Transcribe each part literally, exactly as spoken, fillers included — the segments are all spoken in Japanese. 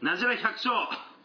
なじら百姓。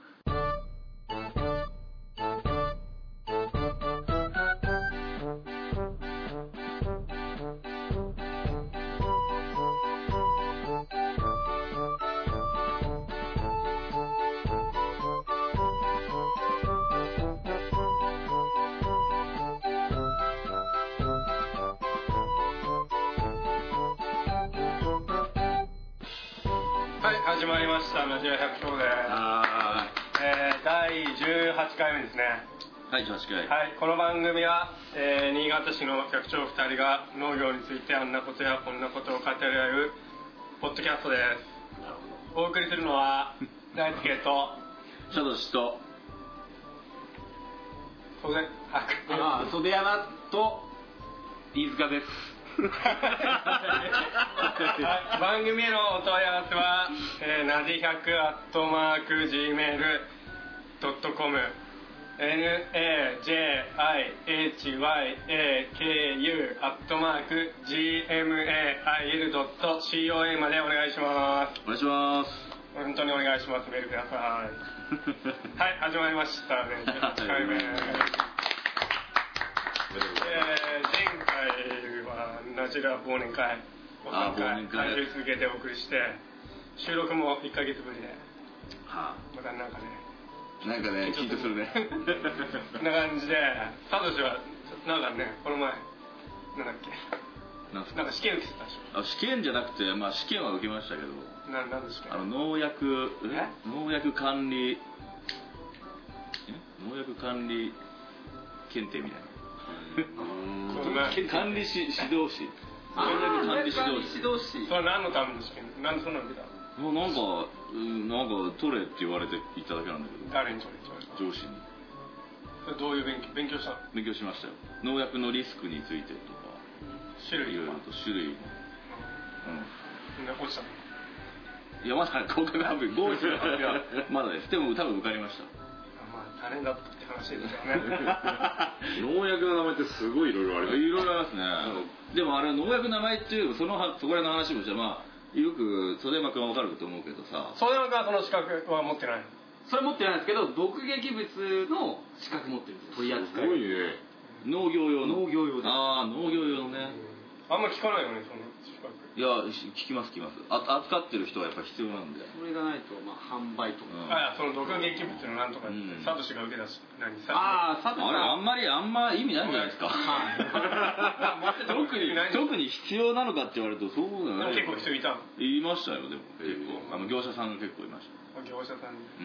始まりましたなじら百姓です。 はえー、だいじゅうはちかいめですね。 はい、じゅうはちかい。 はい、この番組は、えー、新潟市の百姓ふたりが農業についてあんなことやこんなことを語り合えるポッドキャストです。 なるほど。 お送りするのは大輔とシャドシと袖ああ袖山と飯塚です。 はい、番組へのお問い合わせは、えー、なじひゃくアットマーク ジーメールドットコム エヌエージェーアイエイチワイエーケーユー アットマーク ジーエムエーアイエルドットコム までお願いします。 お願いします。 本当にお願いします。メールください。はい、始まりましたね。じゅうはちかいめ。えー、前回はナジラ忘年会をさんかいさん週続けてお送りして、収録もいっかげつぶりで、 はあ、 またなんかねなんかね、緊張するね。 こんな感じで、サトシはなんかね、この前なんだっけ、 なんすか、 なんか試験受けてたでしょ。 あ、試験じゃなくて、まあ試験は受けましたけど、 ななんで試験、 あの農薬え農薬管理え農薬管理検定みたいな。管理士指導士、農薬管理指導士。 指導士。 それは何のための試験、なんでそんなの受けたの。 もうなんか、うん、なんか取れって言われて行っただけなんだけど。 誰に取れって言われたの。 上司に。 それどういう勉強勉強したの。 勉強しましたよ。農薬のリスクについてとか、 種類いろいろと種類も。 うん。で落ちたの。 いや、まだ合格発表、合格発表はまだです。でも多分受かりました。 まあ大変だったって話ですよね。 農薬の名前ってすごいいろいろあります。 いろいろありますね。でもあれ農薬の名前っていうそのそこらの話もじゃまあよく袖山君は分かると思うけどさ。 袖山君はその資格は持ってない。 それ持ってないんですけど、毒劇物の資格持ってるんですよ。取り扱い。 すごいね。 農業用の。 農業用です。 ああ、農業用のね。 あんま聞かないよね、その資格。 いや、聞きます聞きます。あ扱ってる人はやっぱ必要なんで。 それがないとまあ販売とか。 うん、 ああ、その毒劇物のなんとか、サトシが受け出し何さ。 ああ、サトシ。 あれあんまりあんま意味ないんじゃないですか。特に特に必要なのかって言われるとそうだね。 結構人いたの。 いましたよでも結構、あの業者さんが結構いました。 業者さん。 うん、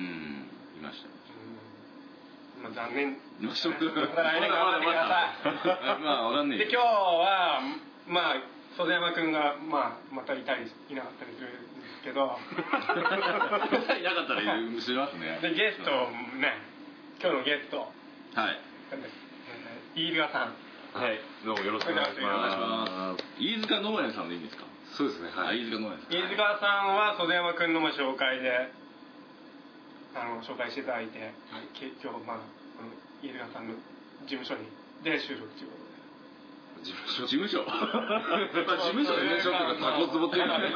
いましたよ。 まあ残念。 まあ、来年頑張ってください。 まあわかんない。 で今日はまあ袖山くんがまあまたいたりいなかったりするんですけど。 いなかったりしますね。 でゲストね、今日のゲスト。 はい。 飯塚さん。 はい。どうもよろしくお願いします。 飯塚農園さんでいいんですか。 そうですね。はい。 飯塚農園さん。 飯塚さんは袖山くんの紹介で。あの紹介していただいて、はい、今日まあ飯塚さんの事務所にで収録ということで。 事務所。事務所。まあ事務所でね、ちょっとタコツボっていうのはね。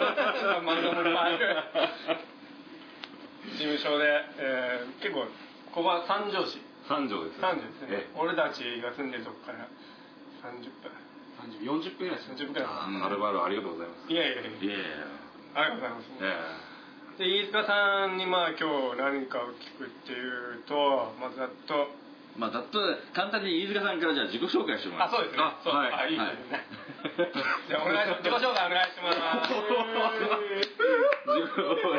事務所で、えー、結構ここは三条市。 三条です。 三条ですね。俺たちが住んでるとこから三十分。 三十四十分ぐらいです。 三十分ぐらい。 はるばるありがとうございます。 いやいやいや。 いやいや。 ありがとうございます。で飯塚さんにまあ今日何かを聞くっていうと、まあ、ざっとまあざっと簡単に飯塚さんからじゃあ自己紹介してもらって。 あ、そうですね。そう、はい、あ、いいですね。じゃあお願いします。自己紹介お願いします。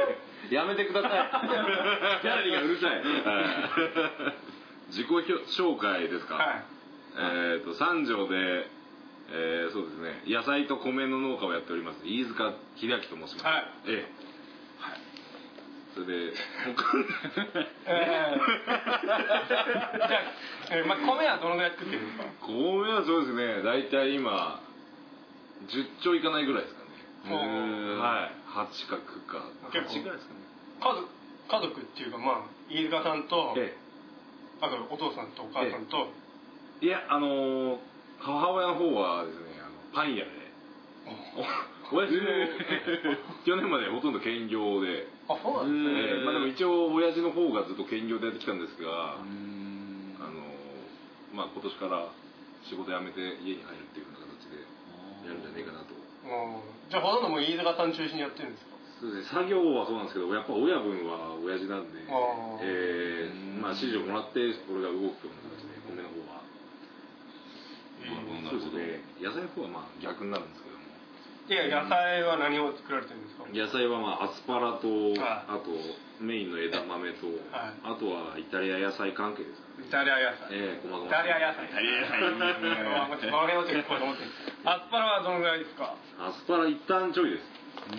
やめてください。 ギャラリーがうるさい。 自己紹介ですか。はい。えっと三条で、えー、そうですね。野菜と米の農家をやっております飯塚秀明と申します。 はい。 ええ。それで、 えー、じゃあ、えーまあ、米はどのぐらい作ってるんですか。 米はそうですね、大体今じゅっちょいかないぐらいですかね。はい、はちかくかはちぐらいですかね。 家族家族っていうか、まあ飯塚さんと、ええ、あとお父さんとお母さんと、 ええ、いや、あのー、母親の方はですね、あのパン屋で、お親父も去年までほとんど兼業で。 あ、そうなんですね。 えーまあ、でも一応親父の方がずっと兼業でやってきたんですが、あのまあ今年から仕事辞めて家に入るっていうような形でやるんじゃねえかなと。 じゃあほとんどもう飯塚さん中心にやってるんですか？ そうですね、作業はそうなんですけど、やっぱ親分は親父なんで、えーまあ、指示をもらって俺が動くような形で米の方は、そうですね、野菜の方はまあ逆になるんですけども。 いや、野菜は何を作られてるんですか？ 野菜はまあアスパラと、 はい、 あとメインの枝豆と、はい、あとはイタリア野菜関係ですかね。 イタリア野菜。 ええー、細々。 イタリア野菜。イタリア野菜。これをちょっと聞こうと思って。アスパラはどのぐらいですか？ アスパラ一旦ちょいです。はい、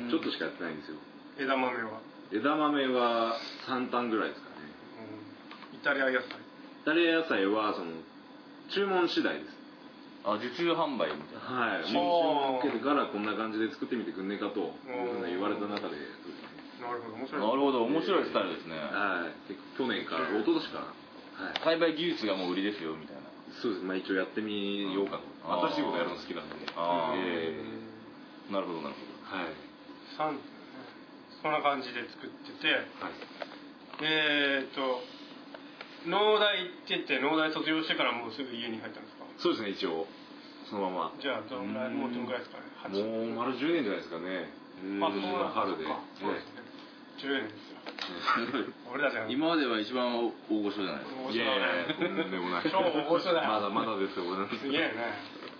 ちょっとしかやってないんですよ。 枝豆は？ 枝豆はさん単ぐらいですかね。 イタリア野菜。 イタリア野菜はその注文次第です。 あ、受注販売みたいな。 はい。注文受けてからこんな感じで作ってみてくんねえかと言われた中で。 なるほど、面白い。 なるほど、面白いスタイルですね。 はい。去年から一昨年から。 栽培技術がもう売りですよみたいな。 そうです。まあ一応やってみようかと。新しいことやるの好きなんで。 ああ。なるほどなるほど。 はい。 三そんな感じで作ってて、はい、えーっと農大行ってて、農大卒業してからもうすぐ家に入ったんですか？ そうですね、一応そのまま。 じゃあどんぐらい、もうどんぐらいですかね？ もう丸じゅうねんじゃないですかね。 あ、そうなん春で。 そうですね。じゅうねんですよ。俺たちは今までは一番大御所じゃないですか。 大御所だね。 とんでもない。 超大御所だよ。 まだまだですよ、俺なんて。 すげえね。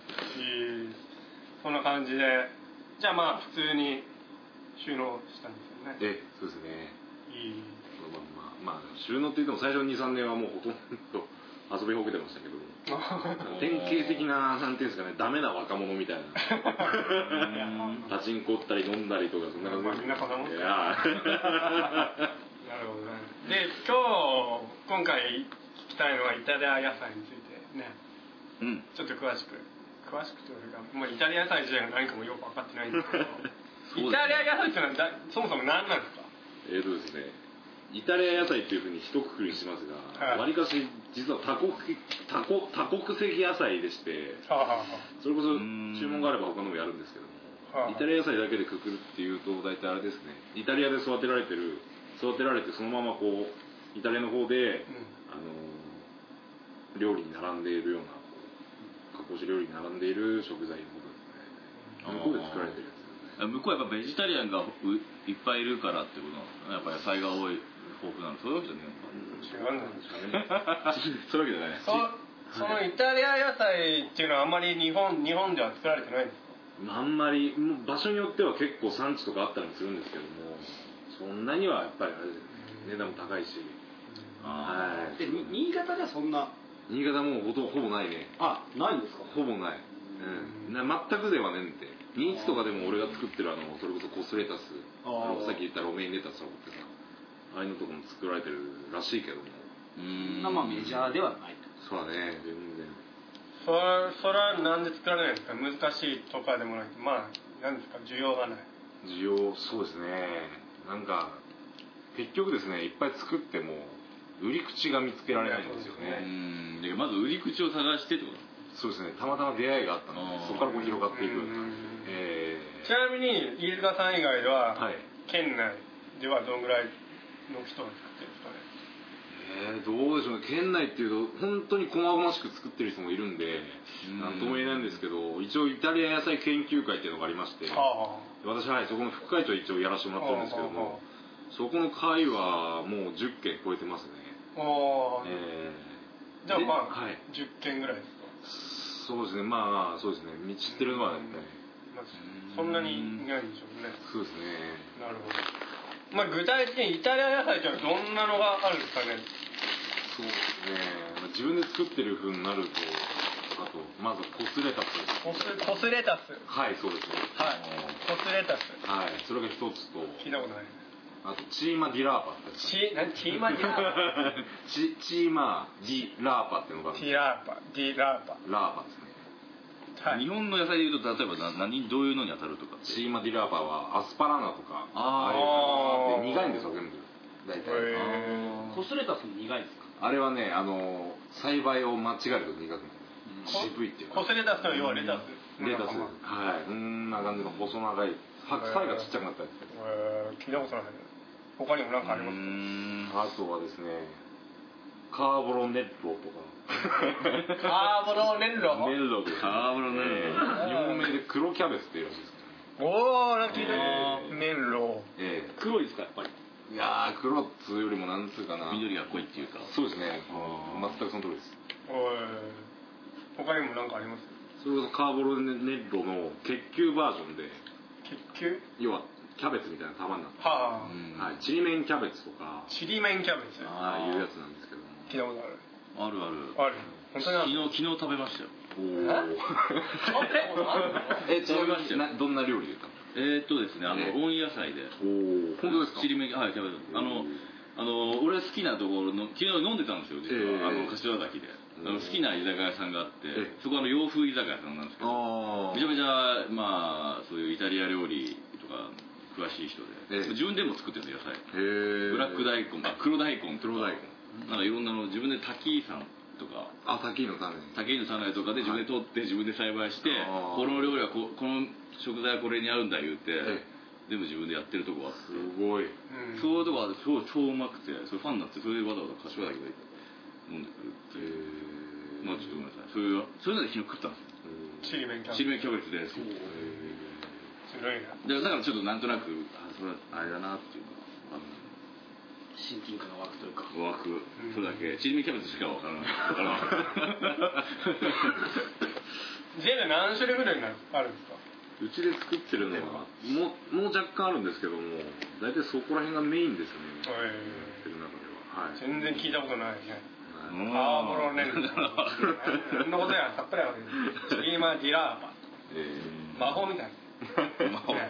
そんな感じで、じゃあまあ普通に収納したんですよね。 え、そうですね。 いい。 まあ、まあ、収納って言っても最初 に,さん 年はもうほとんど遊びほうけてましたけど典型的な、なんていうんですかね、ダメな若者みたいなパチンコったり飲んだりとかそんな感じで、 まあ、みんなそんなもん。いやなるほどね。で、今日今回聞きたいのはイタリア野菜についてね、うん、ちょっと詳しく詳しくというか、もうイタリア野菜自体が何かもよく分かってないんですけどイタリア野菜っていうのはだそもそも何なんですか？ えーとですね、イタリア野菜っていうふうに一括りにしますが、わり、はい、かし実は多国多国多国籍野菜でして、はあはあ、それこそ注文があれば他のもやるんですけども、はあ、イタリア野菜だけでくくるっていうと大体あれですね、イタリアで育てられてる育てられてそのままこうイタリアの方で、うん、あの料理に並んでいるような加工し料理に並んでいる食材のことですね。向こうで作られてるやつ。 向こうはやっぱベジタリアンがいっぱいいるからってことなの？やっぱ野菜が多い豊富なの？そういうわけじゃねえのか？違うんですかね。 そういうわけじゃない。 そ, そのイタリア野菜っていうのはあんまり日本日本では作られてないんですか？ あんまり場所によっては結構産地とかあったりもするんですけども、そんなにはやっぱりあれ値段も高いし。 あ、はい。で新潟ではそんな。 新潟もほとほぼないね。 あ、ないんですか？ ほぼない。うん。な全くではねんて。ニーツとかでも俺が作ってるあのそれこそコスレタス、あのさっき言ったロメインレタスとかってさ、ああいうのとかも作られてるらしいけども。 うーん。まあメジャーではないと。 そうだね、全然。 それそれはなんで作られないんですか？難しいとかでもなくて、まあなんですか、需要がない。 需要、そうですね。なんか結局ですね、いっぱい作っても売り口が見つけられないんですよね。 うん。でまず売り口を探してってこと？ そうですね。たまたま出会いがあったので、そこからこう広がっていくような感じで。えー、ちなみに飯塚さん以外では、はい、県内ではどのぐらいの人が作ってるんですかね？ えー、どうでしょうね。県内っていうと本当に細々しく作ってる人もいるんで何とも言えないんですけど、一応イタリア野菜研究会っていうのがありまして、はあ、私は、はい、そこの副会長一応やらせてもらってるんですけども、はあはあ、そこの会はもうじゅっけん超えてますね。 あ、えー、じゃあまあ、はい、じゅっけんぐらいですか？ そうですね。まあそうですね。満ちてるのはね、 まあ、そんなにいないんでしょうね。 そうですね。 なるほど。まあ具体的にイタリア野菜ってどんなのがあるんですかね？ そうですね。自分で作ってる風になると、あとまずコスレタス。 コスコスレタス。 はい、そうですね。 はい。コスレタス。 はい。それが一つと。 聞いたことない。 あとチーマディラーパって。 チ何チーマディラーパ？ チチーマディラーパっていうのがある。 ディラーパ、ディラーパ。 ラーパですね。 はい、日本の野菜でいうと例えば何どういうのに当たるとか？ チーマディラーパはアスパラナとか、 ああいう苦いんですよ全部。大体。 コスレタスも苦いですか？ あれはね、あの栽培を間違えると苦くなる。渋いっていう。 コスレタスとは要はレタス。 レタス。はい。こんな感じの細長い白菜がちっちゃくなったやつ。 えー、聞いたことない。他にも何かありますか？ あとはですね、カーボロネッロとか。 カーボロネッロネッロです。 カーボロネッロ。 日本名で黒キャベツっていうらしいです。 おー、ラッキーだ。ネッロ。 ええ。 黒いですかやっぱり。 いやー、黒っつうよりもなんつうかな。 緑が濃いっていうか。 そうですね。全くその通りです。 おい。他にも何かあります？ それこそカーボロネッロの結球バージョンで、 結球？ 要はキャベツみたいな玉になって、 はあ、はい、ちりめんキャベツとか、 ちりめんキャベツ。 ああいうやつなんですけども。 聞いたことある。 あるある。 ある。本当にある。 昨日昨日食べましたよ。 おお。え、ちなみになどんな料理で言ったの？ えーっとですね、あの温野菜で。 おお。本当ですか？ ちりめん、はい、キャベツ。あのあの俺好きなところの昨日飲んでたんですよ実は、あの柏崎で。あの好きな居酒屋さんがあって、そこはあの洋風居酒屋さんなんですけど、めちゃめちゃまあそういうイタリア料理とか詳しい人で、自分でも作ってるんです野菜。ブラック大根、あ黒大根、黒大根、なんかいろんなの自分で滝さんとか、 あ、滝の種、 滝の種とかで自分で取って自分で栽培して、この料理はここの食材はこれに合うんだ言うて。全部自分でやってるとこがあって、 すごい、 そういうとこがあって超超うまくて、それファンになって、それでわざわざ柏崎で飲んでくるっていう。まあちょっとごめんなさい、それはそれなで昨日食ったんですよ。 ちりめんキャベツ。 ちりめんキャベツです。 すごいな。 だからちょっとなんとなく、あ、それはあれだなっていうか、 親近感が湧くというか。 湧く、それだけ。ちりめんキャベツしかわからない。わからない。 全部何種類ぐらいあるんですか？ うちで作ってるのはもう、もう若干あるんですけども、大体そこら辺がメインですね、やってる中では、はい、 全然聞いたことないですね。 カーボロネッロ何のことやさっぱりわかんない。チーマディラーパ、えー、魔法みたいな魔法みたい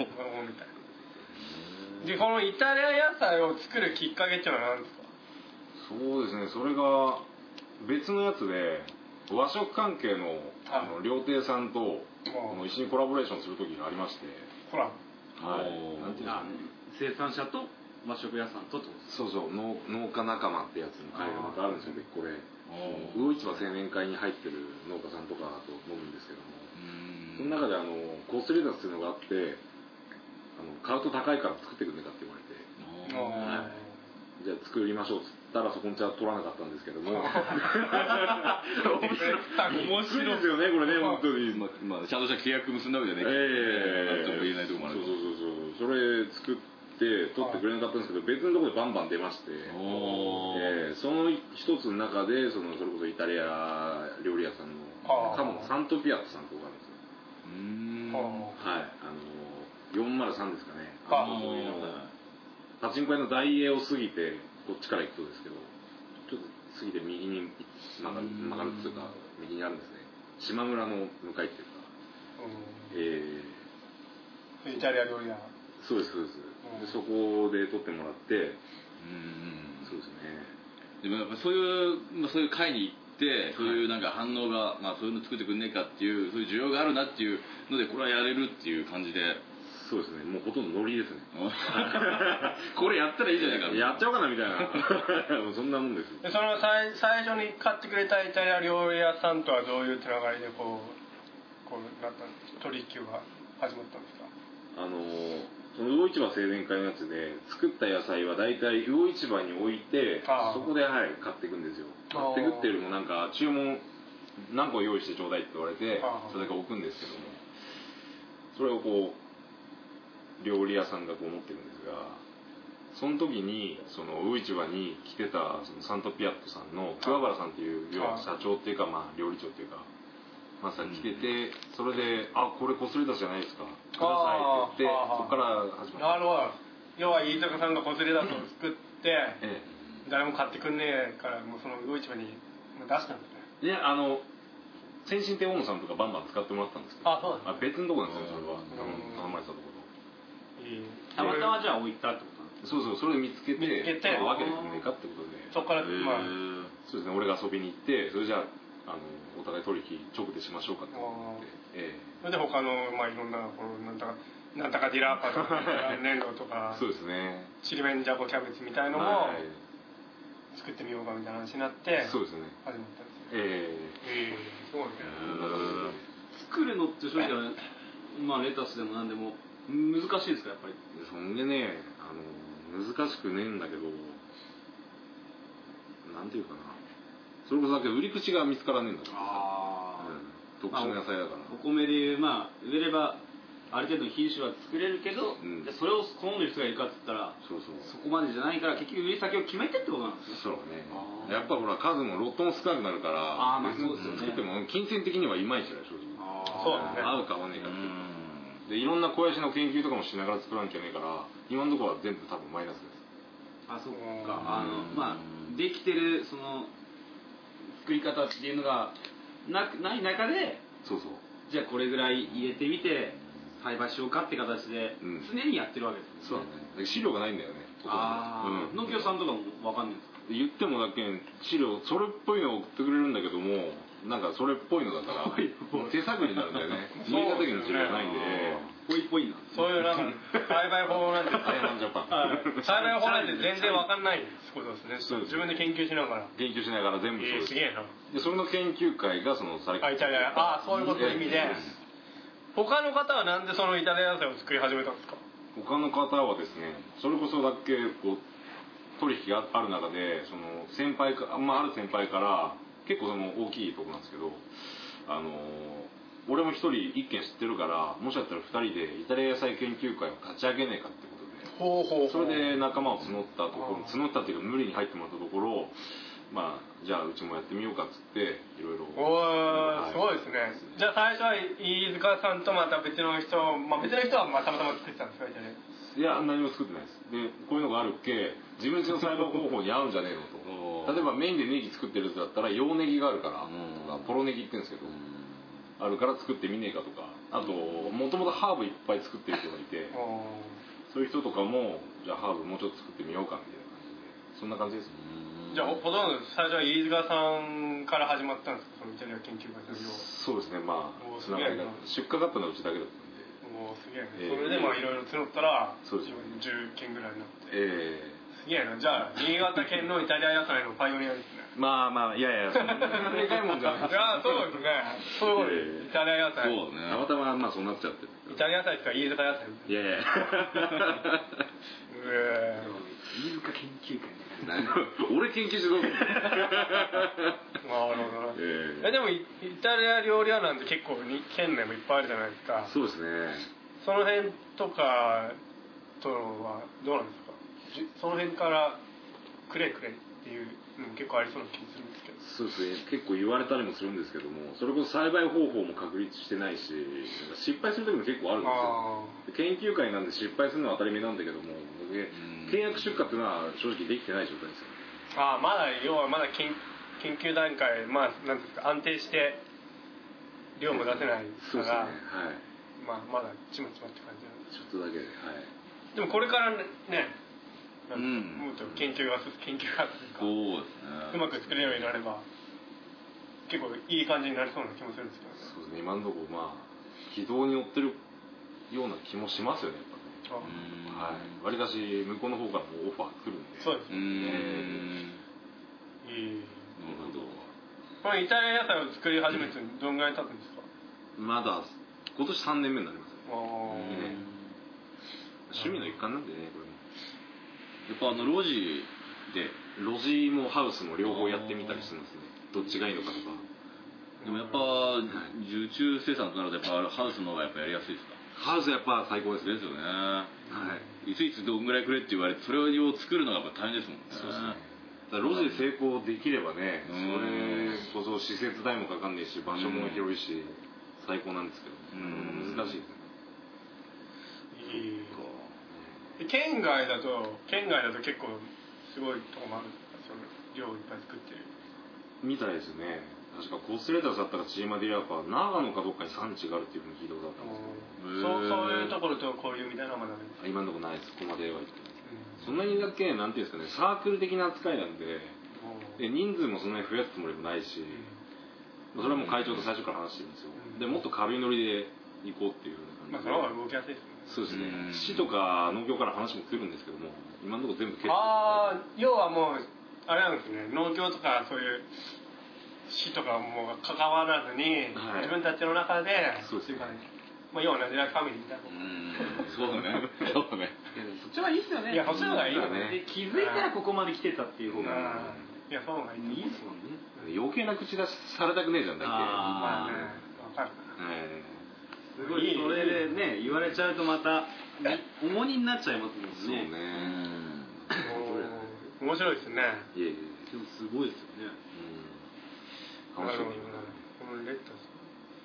な。でこのイタリア野菜を作るきっかけっていうのは何ですか？ そうですね、それが別のやつで和食関係 の, あの料亭さんと一緒にコラボレーションする時がありまして、 コラボ、はい、なんていうんですかね、 生産者と和食屋さんとってことですか？ そうそう、農農家仲間ってやつの会がまたあるんですよね。これ魚市場青年会に入ってる農家さんとかと飲むんですけども、その中であのコストレタスっていうのがあって、あの買うと高いから作ってくんねえかって言われて、はい、じゃあ作りましょうっつったらそこにじゃ取らなかったんですけども面白いですよねこれね、本当に。 まあ、まあ、ちゃんとした契約結んだわけじゃねえけど、なんとも言えないとこもある。 そうそうそうそう、それ作って取ってくれなかったんですけど、別のところでバンバン出まして、えー、その一つの中でそのそれこそイタリア料理屋さんのカモのサントピアットさんとかあるんですよ。うーん、はい、あのよんまるさんですかね、あのパチンコ屋の大英を過ぎてこっちから行くとですけど、ちょっと過ぎて右に曲がる曲がるっていうか右にあるんですね。島村の向かいっていうか、えー、イタリア料理屋。 そうですそうです。でそこで撮ってもらって、うん、そうですね。 でもやっぱそういう、まあ、そういう会に行ってそういうなんか反応が、まあ、そういうの作ってくんねえかっていうそういう需要があるなっていうのでこれはやれるっていう感じで。 そうですね、もうほとんどノリですね。 これやったらいいじゃないかやっちゃおうかなみたいなそんなもんです。 でその最最初に買ってくれたイタリア料理屋さんとはどういうつながりでこうこうなったんですか？取引が始まったんですか？ あのその魚市場青年会のやつで作った野菜は大体魚市場に置いてそこで、はい、買っていくんですよ。買っていくっていうよりもなんか注文何個用意してちょうだいって言われてそれだけ置くんですけども、それをこう料理屋さんがこう持ってるんですが、その時にその魚市場に来てたそのサントピアットさんの桑原さんっていう要は社長っていうかまあ料理長っていうかまさに来てて、それで「あこれコスレダスじゃないですかください」って言ってそこから始まった。 なるほど。要は飯坂さんがコスレダスを作ってええ、誰も買ってくんねえからもうその魚市場に出したんですね。 いやあの先進亭大野さんとかバンバン使ってもらったんですけど、 あそうなんです、 別のとこなんですよそれは頼まれてたところ。 たまたまじゃあ置いたってことなんですか？ そうそう、それで見つけて見つけて分けてくんねえかってことで、 そこからまあそうですね、俺が遊びに行ってそれじゃあ、あのお互い取引直でしましょうかって思って、ええ、 それで他のまあいろんなこのなんとかなんとかディラーパとか粘土とかそうですね、 ちりめんじゃこキャベツみたいのも作ってみようかみたいな話になってそうですね始まったんですね。ええええ、すごいね。 作るのって正直はまあレタスでも何でも難しいですかやっぱり。 そんでね、あの難しくねえんだけど、なんていうかな、それこそだけ売り口が見つからねえんだから、あ、うん、特殊な野菜だから、まあ、 お, お米でいう、まあ植えればある程度の品種は作れるけど、うん、それを好んでる人がいるかって言ったら、そうそう、そこまでじゃないから結局売り先を決めてってことなんですね。 そうね。やっぱほら数もロットも少なくなるから、あ、まあそうですよね、作っても金銭的にはいまいちだよ正直。あ、そうですね。合うか合わねえかって。でいろんな肥やしの研究とかもしながら作らなきゃねえから、今のところは全部多分マイナスです。 あ、そうか。あのまあできてるその作り方っていうのがなない中で、そうそう。じゃあこれぐらい入れてみて栽培しようかって形で常にやってるわけです、 ね、うん、そうだね。資料がないんだよね。 ああ、うん、農協さんとかも分かんないんですか。 言ってもだけ資料それっぽいのを送ってくれるんだけども、なんかそれっぽいのだから手探りになるんだよね。新潟県の資料がないんで、 ぽいぽいな。 そういうなんか栽培法なんで栽培法なんで全然わかんないってことですね。自分で研究しながら研究しながら全部そうです。 すげえな。 でそれの研究会がそのされあ、イタリア、あ、そういうことの意味で、他の方はなんでそのイタリア野菜を作り始めたんですか。 他の方はですね、それこそだけこう取引がある中で、その先輩か、まあ、ある先輩から結構その大きいとこなんですけど、あの俺も一人一軒知ってるから、もしあったら二人でイタリア野菜研究会を立ち上げねえかってことで、ほうほうほう、それで仲間を募ったところ、募ったっていうか無理に入ってもらったところ、まあじゃあうちもやってみようかっつっていろいろ。 おー、すごいですね。じゃあ最初は飯塚さんとまた別の人、まあ別の人はまあたまたま作ってたんですか、イタリア。 いや、何も作ってないです。でこういうのがあるっけ、自分ちの栽培方法に合うんじゃねえのと。例えばメインでネギ作ってるやつだったら洋ネギがあるからとか、ポロネギって言うんですけど、あるから作ってみねえかとか、あともともとハーブいっぱい作ってる人がいて、そういう人とかもじゃあハーブもうちょっと作ってみようかみたいな感じで、そんな感じです。 じゃあほとんど最初は飯塚さんから始まったんですか、そのイタリア研究会の量。 そうですね、まあつながりが出荷があったのはうちだけだったんで。 おー、すげえね。それでまあいろいろ募ったらじゅっけんぐらいになって、えー、すげえな。じゃあ新潟県のイタリア野菜のパイオニアですね。 まあまあ、いやいや、そんなでかいもんじゃない。いや、そうですね。そういうことです。イタリア野菜。 そうね。たまたままあそうなっちゃってる。 イタリア野菜ですか、飯塚野菜。 いやいや。 えー、飯塚研究会。 俺研究してどうする。なるほど。えー、でもイタリア料理屋なんて結構に県内もいっぱいあるじゃないですか。 そうですね。 その辺とかとはどうなんですか。その辺からくれくれっていうのも結構ありそうな気がするんですけど。 そうですね、結構言われたりもするんですけども、それこそ栽培方法も確立してないし、失敗する時も結構あるんですよ。研究会なんで失敗するのは当たり前なんだけども、契約出荷っていうのは正直できてない状態ですよね。 ああ、まだ要はまだ研研究段階、まあなんですか、安定して量も出せないから、そうですね、はい、まあまだちまちまって感じなんです。 ちょっとだけで、はい。 でもこれからね、うん、もっと研究が研究がというか、そうですね、うまく作れるようになれば結構いい感じになりそうな気もするんですけどね。 そうですね、今のところまあ軌道に乗ってるような気もしますよね、やっぱね。はい、わりかし向こうの方からもオファー来るんで。 そうですね。いい。なるほど。これイタリア野菜を作り始めてどんぐらい経つんですか。 まだ今年さんねんめになりますね。ああ、ね、趣味の一環なんでね、これも。 やっぱあの路地で路地もハウスも両方やってみたりしてますね。どっちがいいのかとか。 でもやっぱ受注生産となるとやっぱハウスの方がやっぱやりやすいですか。 ハウスやっぱ最高ですですよね。はい。いついつどんぐらいくれって言われてそれを作るのがやっぱ大変ですもんね。そうですね。だから路地で成功できればね、それこそ施設代もかかんねえし場所も広いし最高なんですけど、難しいですね。 いい。県外だと県外だと結構すごいとこもあるんですか。その量をいっぱい作ってるみたいですね。確かコスレタスだったらチーマディラパー長野かどっかに産地があるっていうふうに聞いたことあったんですけど、 そうそういうところと交流みたいなのはまだ今のところないです。ここまでは言って、うん、そんなにだけなんていうんですかね、サークル的な扱いなんで、で人数もそんなに増やすつもりもないし、うん、それはもう会長と最初から話してるんですよ、うん、でもっと軽いノリで行こうっていう感じで、まあその方が動きやすいですね。 そうですね、市とか農協から話も来るんですけども、今のところ全部結構、ああ、要はもうあれなんですね、農協とかそういう市とかも関わらずに、はい、自分たちの中でそうですね、 まあ要はナジラファミリーみたいな。 うんそうだねそうだね。 そっちはいいっすよね。 いやそっちの方がいいよね。 気づいたらここまで来てたっていう方がいやそうがいい。 いいっすもんね。 余計な口出しされたくねえじゃんだっけ。 まあねわかる。 すごいそれでね言われちゃうとまた重荷になっちゃいますもんね。 そうね。 面白いですね。 いえいえでもすごいですよね。 なるほどね。このレッドス。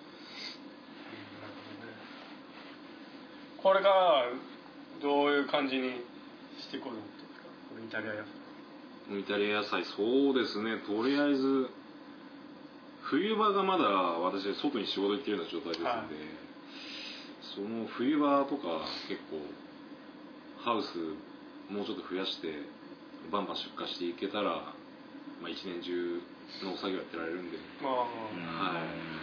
これからどういう感じにしていこうと思ってるんですか。これイタリア野菜。 イタリア野菜そうですね。とりあえず冬場がまだ私外に仕事行ってるような状態ですので、はい、その冬場とか結構ハウスもうちょっと増やしてバンバン出荷していけたら、まあ、一年中の作業やってられるんで、はい、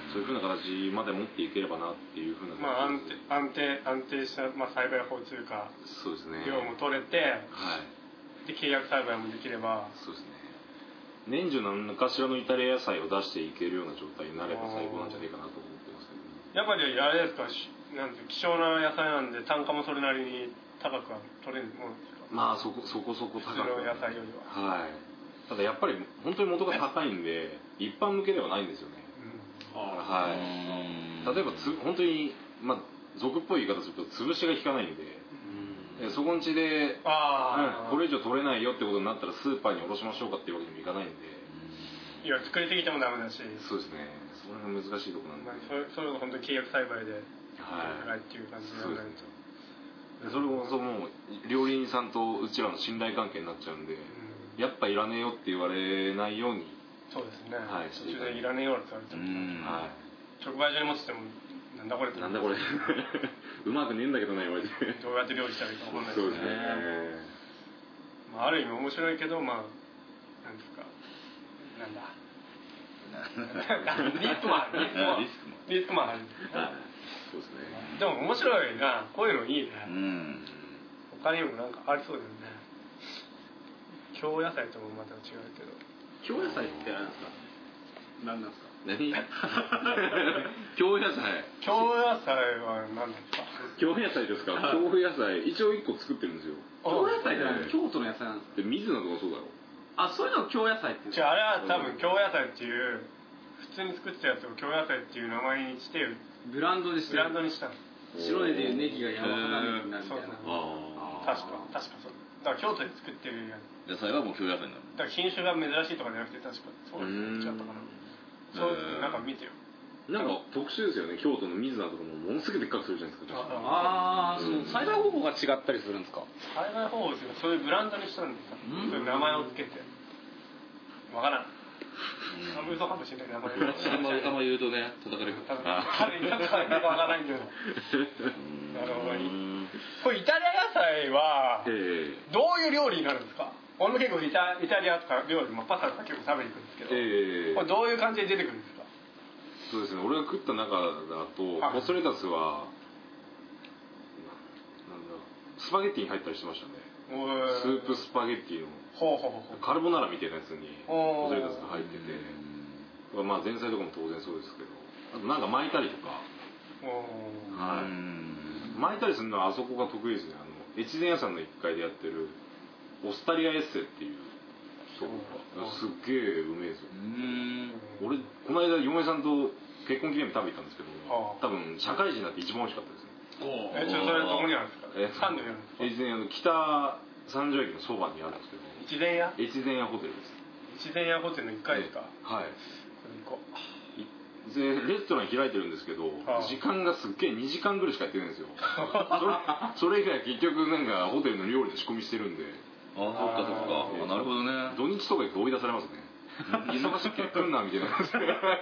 そういうふうな形まで持っていければなっていうふうな、 まあ、安定安定安定した、まあ、栽培法というかそうですね量も取れて、はい、で契約栽培もできればそうですね年中何かしらのイタリア野菜を出していけるような状態になれば最高なんじゃないかなと思ってますけど、ね、 やっぱりあれですかなんて希少な野菜なんで単価もそれなりに高くは取れるものですか。 まあそこそこそこ高く普通の野菜よりははいただやっぱり本当に元が高いんで一般向けではないんですよね、うん、はい例えばつ本当にまあ俗っぽい言い方すると潰しが効かないんで、うん、そこんちで、あ、うん、これ以上取れないよってことになったらスーパーに卸しましょうかっていうわけにもいかないんで、 いや作りすぎてもダメだしそうですねそれが難しいところなんで、 まあ、それそれこそ本当に契約栽培ではいっていう感じにならないと、 それこそもう料理人さんとうちらの信頼関係になっちゃうんで、うん、やっぱいらねえよって言われないようにそうですね、はい、途中でいらねえよって言われても、はい、直売所に持っててもなんだこれってなんだこれうまくねえんだけどな言われてどうやって料理したらいいか分かんないですね。そうですね、まあ、ある意味面白いけどまあなんですかなんだリスクもあるリスクもあるそうですね。 でも面白いなこういうのいいね、うん、他にもなんかありそうだよね。京野菜ともまた違うけど京野菜ってあれなんですか何なんですか何京野菜京野菜は何ですか。 京野菜ですか。京野菜一応一個作ってるんですよ。 京野菜って京都の野菜なんですか。 で水野とかそうだろ。 あそういうのを京野菜ってじゃああれは多分京野菜っていう普通に作ったやつを京野菜っていう名前にしてブランドにしてブランドにしたの。 白根でいうネギが山花ネギになるみたいな。 確か確かそうだから京都で作ってるやつ野菜はもう京野菜になる。 だから品種が珍しいとかじゃなくて確かそう違ったかな。そうなんか見てよ。 なんか特殊ですよね。京都の水菜とかもものすごいでっかくするじゃないですか。 ああ、そう栽培方法が違ったりするんですか。 栽培方法ですよ。そういうブランドにしたんですか。そういう名前をつけて。わからん。あんま嘘かもしれない名前。 あんまあんま言うとね叩かれる。 多分彼に叩かれるかわからないんだよ。なるほど。これイタリア野菜はどういう料理になるんですか。俺も結構イタイタリアとか料理もパスタとか結構食べに行くんですけど、えー、これどういう感じで出てくるんですか。 そうですね。俺が食った中だとコストレタスはなんだスパゲッティに入ったりしてましたね。スープスパゲッティのほうほうほうカルボナーラみたいなやつにコストレタスが入ってて、まあ前菜とかも当然そうですけど、あとなんか巻いたりとか、はい、巻いたりするのはあそこが得意ですね。あの越前屋さんのいっかいでやってるオスタリアエッセっていうそうすっげえうめえですよ。俺この間嫁さんと結婚記念日食べ行ったんですけど、多分社会人になって一番美味しかったですね。 えちょそれどこにあるんですか。サンドにあるんですか。 越前屋の北三条駅のそばにあるんですけど。 越前屋。 越前屋ホテルです。 越前屋ホテルのいっかいですか。 はい。 これ行こう。 でレストラン開いてるんですけど、時間がすっげえにじかんぐらいしかやってないんですよ。それそれ以外結局なんかホテルの料理で仕込みしてるんで。 あそっかそっか、えー、なるほどね。 土日とか行くと追い出されますね。忙しくて来んなみたいな感じで。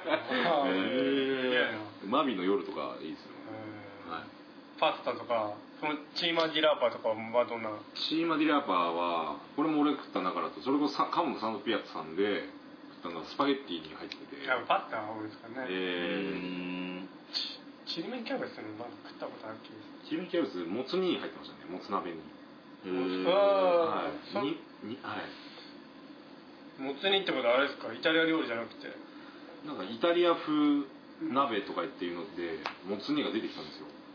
マビの夜とかいいですよ。 はい、パスタとかそのチーマディラーパーとかはどんな。 チーマディラーパーはこれも俺食った中だとそれこそカモのサンドピアッツさんで食ったのはスパゲッティに入ってて。 パスタが多いですかね。 えー、 ちりめんキャベツのなんか食ったことある気がする。 ちりめんキャベツもつ煮に入ってましたね。もつ鍋に。 ああ、 ににはい。 もつ煮ってことはあれですか。イタリア料理じゃなくて。 なんかイタリア風鍋とかっていうのでもつ煮が出てきたんですよ。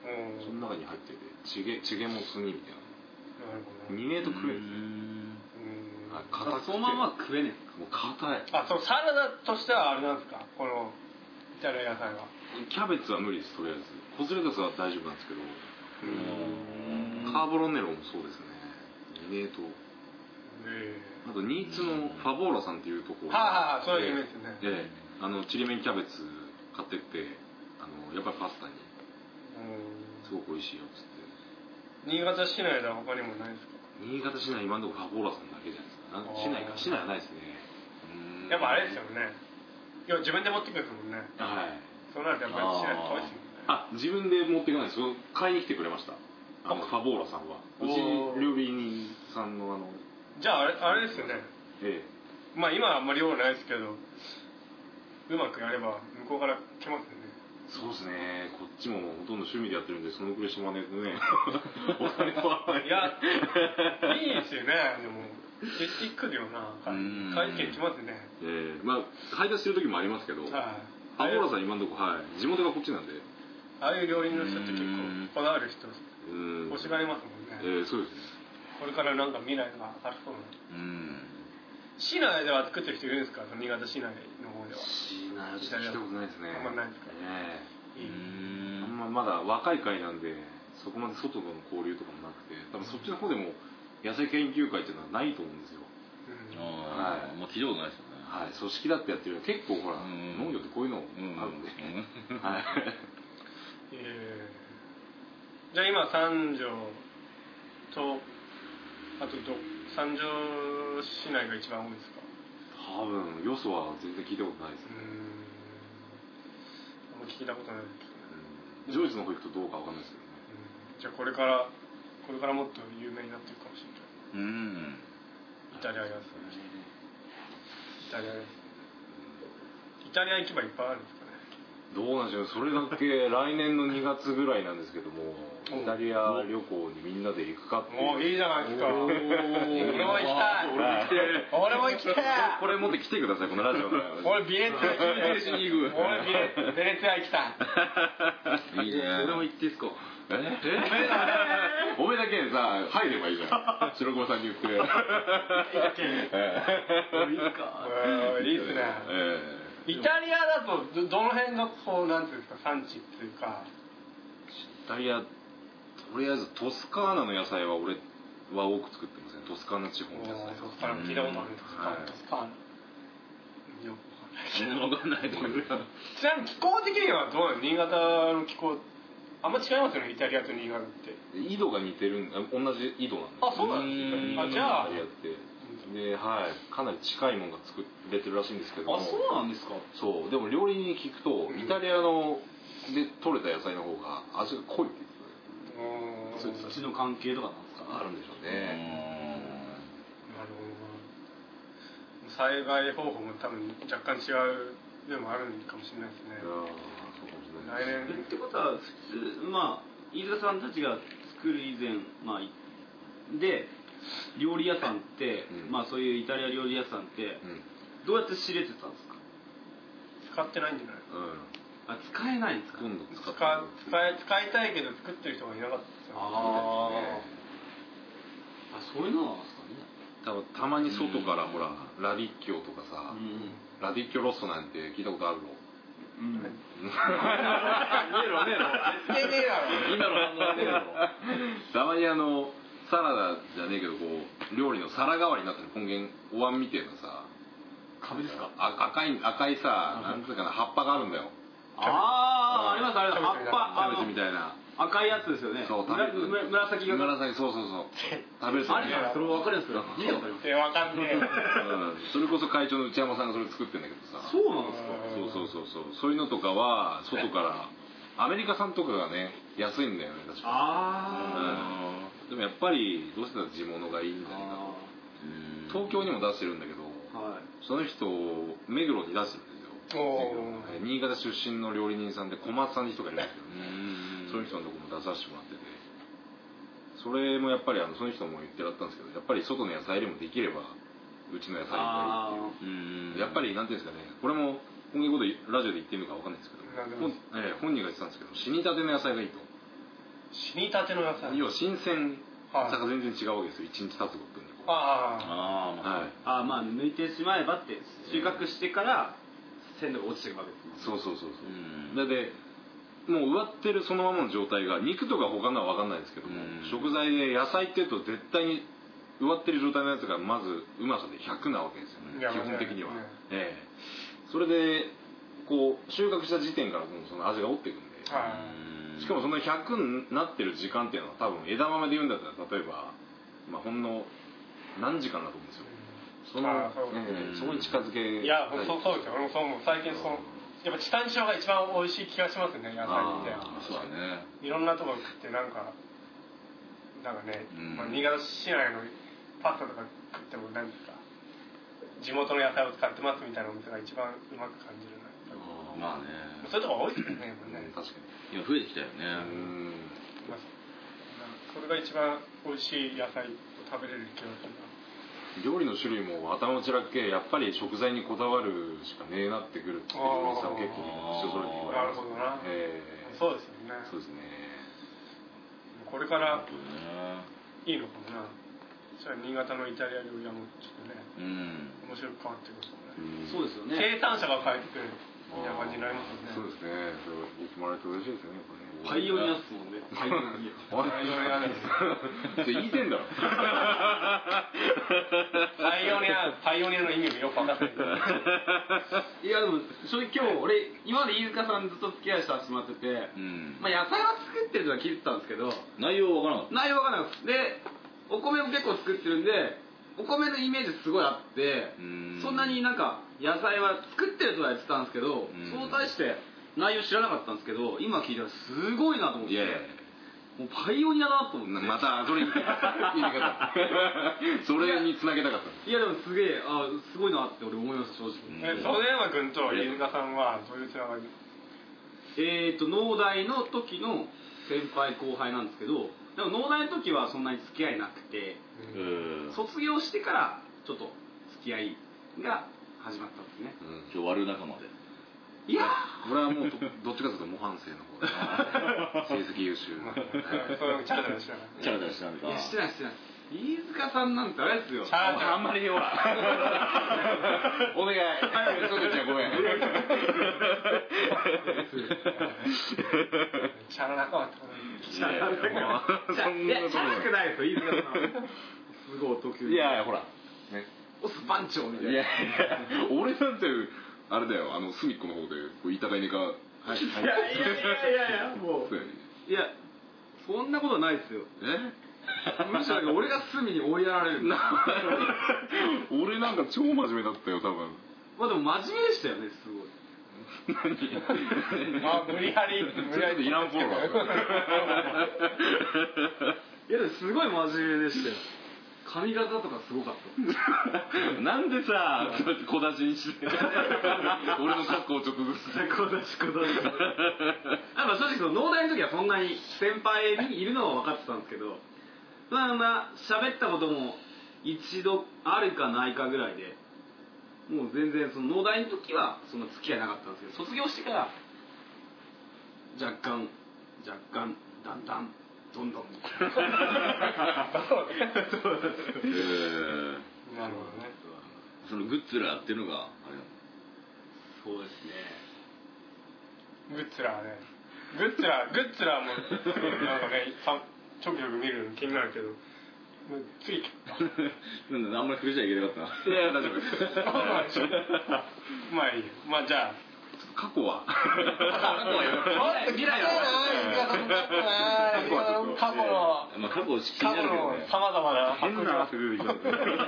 その中に入っててチゲチゲもスニみたいなにメートル食えるんですね。硬くてそのまま食えねえ。 もう硬い。 あ、そうサラダとしてはあれなんですか、このイタリア野菜は。 キャベツは無理です。とりあえずコスレタスは大丈夫なんですけど、カーボロネロもそうですね。にメートル。あと新津のファボーラさんっていうところ、 はあはあ、そういうイメージですね。 ええ、あのちりめんキャベツ買ってってあのやっぱりパスタにすごく美味しいよっつって。 新潟市内では他にもないですか？ 新潟市内今のところファボーラさんだけじゃないですか。市内か市内はないですね。 やっぱあれですよね。いや自分で持ってくるんですもんね。 はい。 そうなるとやっぱり市内遠いですもんね。 あ、自分で持っていかないです。買いに来てくれました。あのファボーラさんは。うち料理人さんのあの。 じゃああれあれですよね。 ええ。 まあ今はあんまり量ないですけど、うまくやれば向こうから来ますよね。 そうですね。こっちもほとんど趣味でやってるんでそのくらいしまねえとね。お金は。 いや、いいですよね。でも行くよな。会計来ますね。 ええ、まあ配達してる時もありますけど。はい。ファボーラさん今のとこはい。地元がこっちなんで。 ああいう料理人の人って結構こだわる人欲しがりますもんね。 ええ、そうですね。 これからなんか未来があるそうな。市内では作ってる人いるんですか？新潟市内の方では。 市内は聞いたことないですね。 あんまないですか？ ええ。あんままだ若い会なんでそこまで外との交流とかもなくて、多分そっちの方でも野菜研究会っていうのはないと思うんですよ。 はい。もう聞いたことないですよね。 はい。組織だってやってる結構ほら農業ってこういうのあるんで。はい。 えー、じゃあ今三条とあとど三条市内が一番多いですか？ 多分よそは全然聞いたことないですね。 あんま聞いたことないですね。ジョイスの方行くとどうかわかんないですけどね。 じゃあこれからこれからもっと有名になっていくかもしれない。うん。イタリア野菜。イタリア野菜。イタリア行けばいっぱいあるんですかね。 どうなんでしょう。それだけ来年のにがつぐらいなんですけども、イタリア旅行にみんなで行くかっていう。 もういいじゃないですか。俺も行きたい。俺も行きたい。 これ持って来てくださいこのラジオ。 俺ビレッツァベに行く。 俺ビレッベレッツァ行きたい。いいね。 それも行っていいですか？ え？おめえだけでさ入ればいいじゃん。白駒さんに言って。いいですか？いいっすね。イタリアだと ど, どの辺がこうなんていうんですか産地っていうか。 イタリアとりあえずトスカーナの野菜は俺は多く作ってますね。トスカーナ地方の野菜。 トスカーナ聞いたことあるんですか？トスカーナ。よくわかんない。 わかんないと思う。 ちなみに気候的にはどうなの？新潟の気候あんま違いますよね。イタリアと新潟って。 緯度が似てる同じ緯度なんです。 あ、そうなんですか。あ、じゃあ。 イタリアってで、はい、かなり近いものが作れてるらしいんですけども。 あ、そうなんですか。 そう、でも料理に聞くと、イタリアので取れた野菜の方が味が濃いって言ってた。 そっちの関係とかなんですか？ あるんでしょうね。 なるほど。栽培方法も多分若干違うでもあるかもしれないですね。 そうかもしれない来年ってことは普通まあ飯田さんたちが作る以前まあで料理屋さんって、うん、まあそういうイタリア料理屋さんって、うん、どうやって仕入れてたんですか？ 使ってないんじゃない？ うん、あ、使えないんですか？ 今度使使使い使いたいけど作ってる人がいなかったですよね。 ああ、そういうのなんですかね。 多分たまに外からほら、うん、ラディッキョとかさ、うん、ラディッキョロッソなんて聞いたことあるの？うん。ねえろねえろ。 絶対ねえだろ。 今の反応ねえろ。たまにあのサラダじゃねえけどこう料理の皿代わりになってる根源お椀みてえなさ。 壁ですか？ あ赤い赤いさなんつうかな葉っぱがあるんだよ。 ああ、ありますあります。葉っぱキャベツみたいな。 赤いやつですよね。 そう、食べる。 紫が。 紫、そうそうそう。食べる。 あれそれ分かるんですか？ いいのかよ。分かんねえ。 それこそ会長の内山さんがそれ作ってんだけどさ。 そうなんですか？ そうそうそうそう。そういうのとかは外からアメリカ産とかがね安いんだよね確か。ああ。でもやっぱりどうしても地物がいいんじゃないかと。東京にも出してるんだけど、その人目黒に出してるんですよ。新潟出身の料理人さんで小松さんって人がいるんですけどね。その人のとこも出させてもらってて、それもやっぱりあのその人も言ってらったんですけど、やっぱり外の野菜でもできればうちの野菜がいいっていう。やっぱりなんていうんですかね、これもこういうことラジオで言ってるのかわかんないですけど、えー、本人が言ってたんですけど、死にたての野菜がいいと。 死にたての野菜。 要は新鮮さが全然違うわけですよ、いちにち経つごとに。 ああ、まあ抜いてしまえばって収穫してから鮮度が落ちていくわけですね。そうそうそうそう。だってもう植わってるそのままの状態が肉とか他のは分かんないですけども、食材で野菜っていうと絶対に植わってる状態のやつがまずうまさでひゃくなわけですよね、基本的には。ええ、それでこう収穫した時点からその味が落っていくんで、しかもそのひゃくになってる時間っていうのは多分枝豆で言うんだったら例えば、まあ、ほんの何時間だと思うんですよ。そのそ, えー、そこに近づけ。 いやそうそうですよ。俺もそう思う。最近そのやっぱ地産地消が一番美味しい気がしますね、野菜って。 そうだね。 いろんなところ食ってなんかなんかね、うん、まあ、新潟市内のパスタとか食っても何ですか、地元の野菜を使ってますみたいなお店が一番うまく感じるな。 まあね。 そういうとこ多いですよね。ね、 確かに。今増えてきたよね。うん。 まあ、それが一番美味しい野菜を食べれる気がするな。 料理の種類も頭のちらっけやっぱり食材にこだわるしかねえなってくるっていう料理さん結構人それぞれ言われます。 なるほどな、えー、そうですよね。 そうですね。 これからいいのかもな。それは新潟のイタリア料理屋もちょっとね、うん、面白く変わってくる、 ね、うん、そうですよね。 生産者が変えてくるみたいな感じになりますよね。 そうですね。それ言ってもらえると嬉しいですよね。 パイオニアっすもんね。パイオニア。 パイオニアです。 言いてんだろ。 パイオニア、パイオニアの意味もよく分かってない。 いやでも正直今日俺今まで飯塚さんずっと付き合いさせてもらってて、うん、まあ野菜は作ってるとは聞いてたんですけど、 内容わからなかった。 内容わからなかった。で、お米も結構作ってるんで、お米のイメージすごいあって、んそんなになんか野菜は作ってるとは言ってたんですけど、そう対して内容知らなかったんですけど、今聞いたらすごいなと思って、もうパイオニアだなと思って。 またそれ言い方それにつなげたかった。 いやでもすげえ、あすごいなって俺思いました正直。 え曽根山君と飯塚さんはどういうつながり？ えっと農大の時の先輩後輩なんですけど、でも農大の時はそんなに付き合いなくて、卒業してからちょっと付き合いが始まったんですね。 うん、今日悪仲間で。 いやー俺はもうどっちかというと模範生の方で成績優秀な。 そういうチャラチャラしてない。 チャラチャラしてないか。 いやしてないしてない。飯塚さんなんてあれですよ。 あんまりほら。お願い。そこちゃんごめん。 チャラ仲間ってこと。 チャラ仲間。いやチャラくないですよ飯塚さん。すごい特急。 いやいやほら。 ね。オス番長みたいな。 いやいや俺なんて。あれだよ、あの隅っこの方でこう板貝ネカ、はい、 いやいやいやいやいやもういやそんなことないですよ。え？むしろ俺が隅に追いやられる。 俺なんか超真面目だったよ多分。 まあでも真面目でしたよねすごい。 何？まあ無理やり無理やりいらんフォロー。 いやでもすごい真面目でしたよ。髪型とかすごかった。 なんでさ、小出しにして俺の格好をちょっとずつ小出し小出しあまあ正直その農大の時はそんなに先輩にいるのは分かってたんですけど、まあまあ喋ったことも一度あるかないかぐらいで、もう全然その農大の時はそんな付き合いなかったんですけど、卒業してから若干若干だんだんどんどんなるほどね。 そのグッツラーっていうのがあれなの。 そうですね。 グッツラーね。グッツラーグッツラーもなんかねちょくちょく見るの気になるけど、もう次なんだあんまり触れちゃいけなかったな。 いや大丈夫。 まあいいよ。まあじゃあ。 過去は過去は未来は過去のまあ過去を気になるけどね。 さまざまな変な汗出てきた。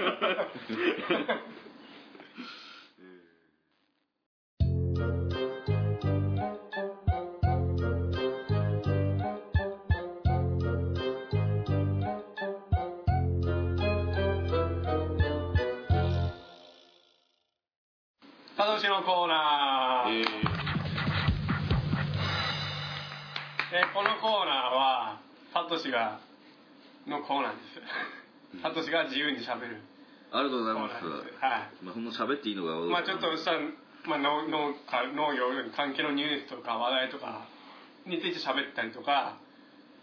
サトシのコーナー。えーえー、このコーナーはサトシがのコーナーです。サトシが自由にしゃべる。 ありがとうございます。 はい。 まあそんな喋っていいのが。 まあちょっとしたまあ農農家農業に関係のニュースとか話題とかについて喋ったりとか、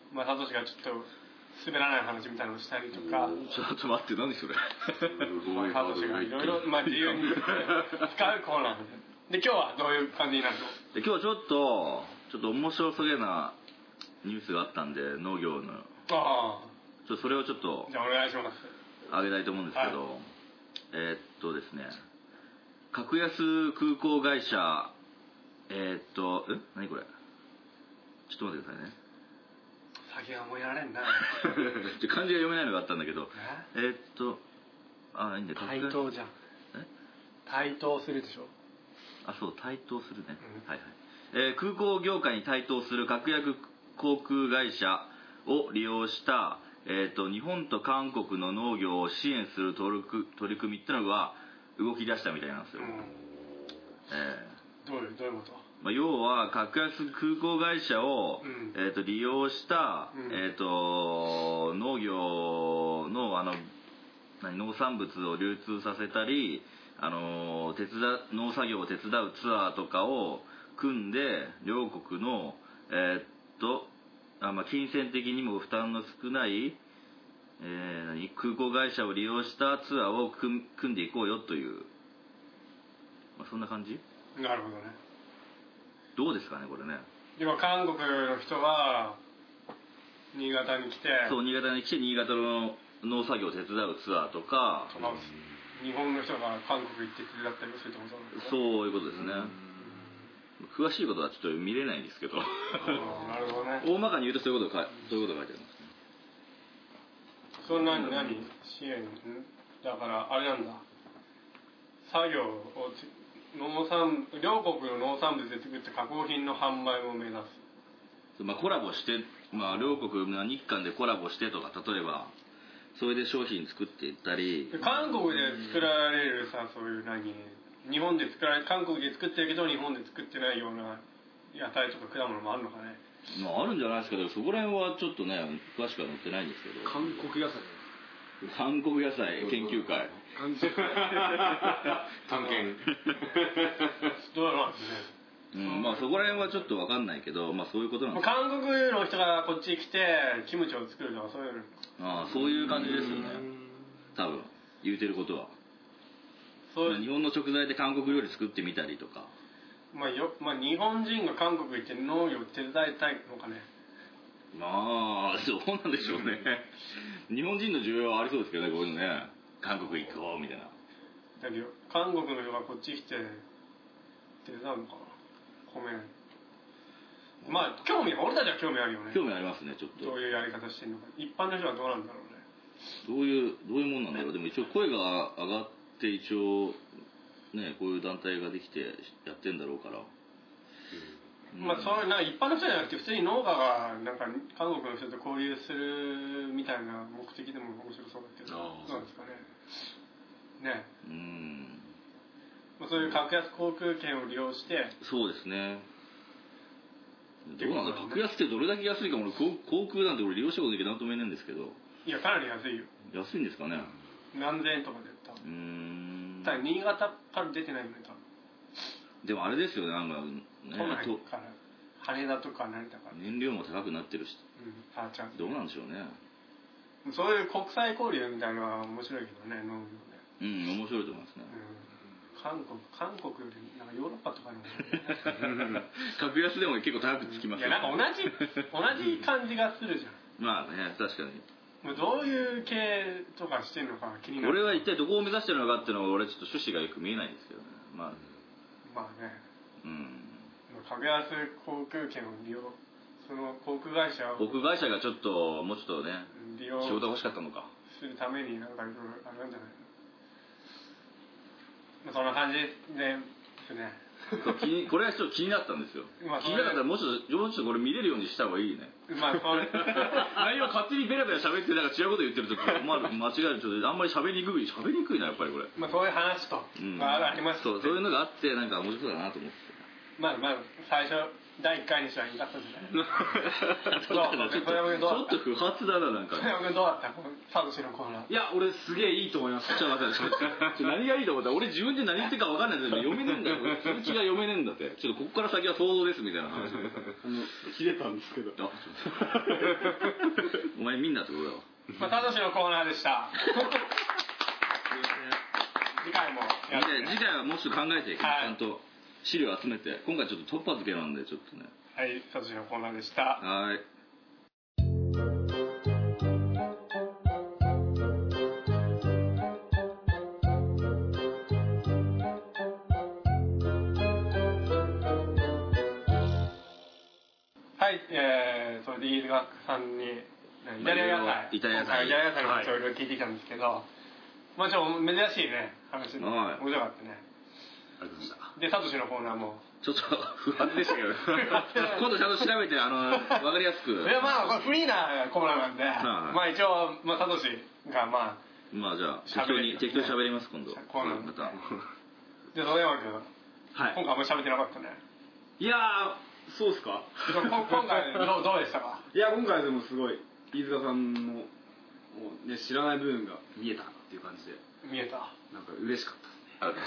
まあサトシがちょっと滑らない話みたいなのをしたりとか、 ちょっと待って何それまあサトシがいろいろまあ自由に使うコーナーで、今日はどういう感じになるの？ で今日ちょっとちょっと面白そうなニュースがあったんで、農業のああちょそれをちょっとじゃあお願いします。 あげたいと思うんですけど、はい、えー、っとですね格安空港会社えー、っとえ何これちょっと待ってくださいね。 先が覚えられんな漢字が読めないのがあったんだけど、えー、っとあいいんだよ対等じゃん。え対等するでしょ。 あそう対等するね、うん、はいはい、えー、空港業界に対等する格安航空会社を利用した、えー、と日本と韓国の農業を支援する取り組みってのが動き出したみたいなんですよ、うん、 えー、どういうどういうこと？ まあ、要は格安空港会社を、うんえー、と利用した、うんえー、と農業の、あの何農産物を流通させたり、あの手伝農作業を手伝うツアーとかを組んで両国の、えー、っとあ、まあ、金銭的にも負担の少ない、えー、何空港会社を利用したツアーを組んでいこうよという、まあ、そんな感じ？ なるほどね。 どうですかねこれね。 今韓国の人は新潟に来てそう新潟に来て新潟の農作業を手伝うツアーとか、 日本の人が韓国行って手伝ったりもするってことなんですか？ そういうことですね。詳しいことはちょっと見れないんですけどなるほどね。 大まかに言うとそういうことがそういうことが書いてありますね。 それ何何支援だからあれなんだ、作業を農産両国の農産物で作った加工品の販売を目指す、 まあ、コラボして、まあ、両国が日韓でコラボしてとか、例えばそれで商品作っていったり、 韓国で作られるさ、そういう何日本で作られ韓国で作ってるけど日本で作ってないような野菜とか果物もあるのかね。 まああるんじゃないですけど、そこら辺はちょっとね詳しくは載ってないんですけど。 韓国野菜韓国野菜研究会探検どうなんですね。 うん、まあそこら辺はちょっと分かんないけど、まあそういうことなんです。 韓国の人がこっち来てキムチを作るとかそういうああそういう感じですよね多分言うてることは。そう日本の食材で韓国料理作ってみたりとか、 まあよまあ、日本人が韓国行って農業を手伝いたいのかね。 まあそうなんでしょうね日本人の需要はありそうですけどね、こういうのね、韓国行こうみたいな。 だけど韓国の人がこっち来て手伝うのかな、米。まあ興味俺たちは興味あるよね。 興味ありますねちょっと。 どういうやり方してるのか、一般の人はどうなんだろうね。 どういうどういうもんなんだろう。でも一応声が上がって一応ねこういう団体ができてやってんだろうから。 うん、まあそういうな一般の人じゃなくて普通に農家がなんか韓国の人と交流するみたいな目的でも面白そうだけど、どうなんですかね。ね。うん。まあそういう格安航空券を利用して。 そうですね。どうなんだ、格安ってどれだけ安いか俺航空なんて俺利用したことないけど何とも言えないんですけど。 いやかなり安いよ。 安いんですかね。 何千円とかで多分。うん。ただ新潟から出てないよね多分。でもあれですよね、なんかね、 都内から羽田とか成田から燃料も高くなってるし、うん、あちゃんどうなんでしょうね。 そういう国際交流みたいなのは面白いけどね、農業で。 うん、面白いと思いますね。うん、 韓国韓国よりなんかヨーロッパとかにも格安でも結構高くつきますよ、ね。いやなんか同じ同じ感じがするじゃん。 まあね、確かに。 どういう系とかしてるのか気になる。 俺は一体どこを目指してるのかっていうのが俺ちょっと趣旨がよく見えないんですけどね。まあ、 まあね。うん。格安航空券を利用、その航空会社を航空会社がちょっともうちょっとね利用仕事が欲しかったのかするためになんかいろいろあれなんじゃないの。そんな感じですね。 そう気にこれはちょっと気になったんですよ。まあ、気になったらもうちょっともうちょっとこれ見れるようにした方がいいね。まあそれ内容勝手にベラベラ喋ってなんか違うこと言ってるとまあ間違えるとあんまり喋りにくい喋りにくいなやっぱりこれ。 まあそういう話と、うん、あります、 ね。そうそういうのがあってなんか面白そうだなと思って。 まあまあ最初だいいっかいにしてはいいかったですね。 ちょっと不発だな、なんか。 君どうだったサトシのコーナー。 いや、俺すげえいいと思います。 ちょっと待って、何がいいと思ったら、俺自分で何言ってるか分かんないんだけど、読めねえんだよ。続きが読めねえんだって。ちょっとここから先は想像ですみたいな話。 切れたんですけど。 お前みんなってことだわ。 まあ、サトシのコーナーでした。次回もやって、ね、 次回はもうちょっと考えて、はい、ちゃんと資料集めて、今回ちょっと突破付けなんでちょっとね。 はい、サトシのコーナーでした。 はい。 はい、えー、それで飯塚さんにイタリア野菜、 イタリア野菜、 イタリア野菜の話をいろいろ聞いてきたんですけど、まあちょっと珍しいね話で面白かったね。 ありがとうございました。 で、サトシのコーナーもちょっと不発でしたけど今度ちゃんと調べて、あの分かりやすく。 いや、まあこれフリーなコーナーなんで、はい、まあ一応、まあ、サトシがまあまあじゃあ適当に適当に喋ります今度。 コーナーまた。 で、それはけど、はい、今回あんまり喋ってなかったね。 いやー、そうですか。 今回どうどうでしたか。 いや、今回でもすごい飯塚さんの、ね、知らない部分が見えたっていう感じで、 見えた。 なんか嬉しかったですね。 ちょ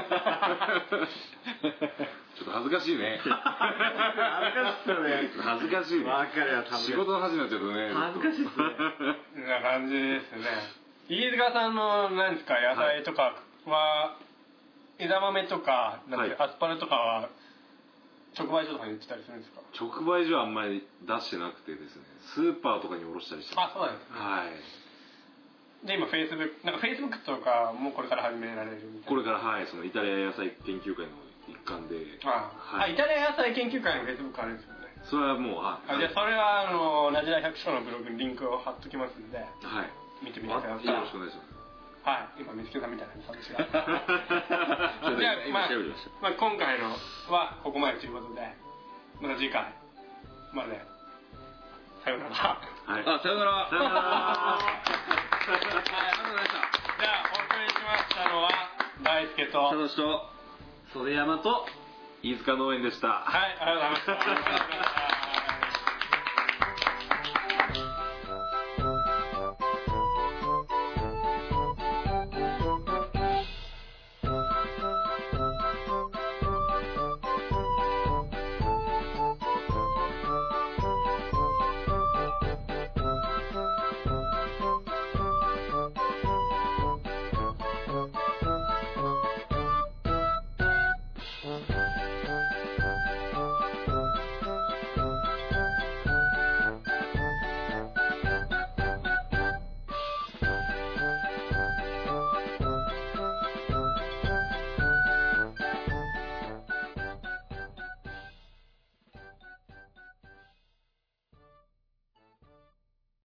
っと恥ずかしいね。 恥ずかしいっすよね。 恥ずかしいね。 わかるよ、多分。 仕事の話になっちゃうとね。 恥ずかしいっすね。 そんな感じですね。飯塚さんの何ですか野菜とかは、はい、枝豆とかなんて、はい、アスパラとかは直売所とかに売ってたりするんですか。 直売所はあんまり出してなくてですね、スーパーとかに卸したりしてます。 あ、そうなんですね。 はい。 で、今フェイスブックなんかフェイスブックとかもこれから始められるみたいな。 これからはい、そのイタリア野菜研究会の一環で。 ああ、はい、あ、イタリア野菜研究会のフェイスブックあるんですよね。 それはもう、あ、 あ、じゃあそれはあのラジラ百姓のブログにリンクを貼っときますんで、はい、見てみてください。 よろしくお願いします。 はい、今見つけたみたいな話が。じゃあ、まあ、まあ、今回のはここまでということで、また次回までさようなら。 はい、あ、さようなら。さようなら。はい、ありがとうございました。 じゃあお送りしましたのは大輔とサトシと袖山と飯塚農園でした。 はい、ありがとうございました。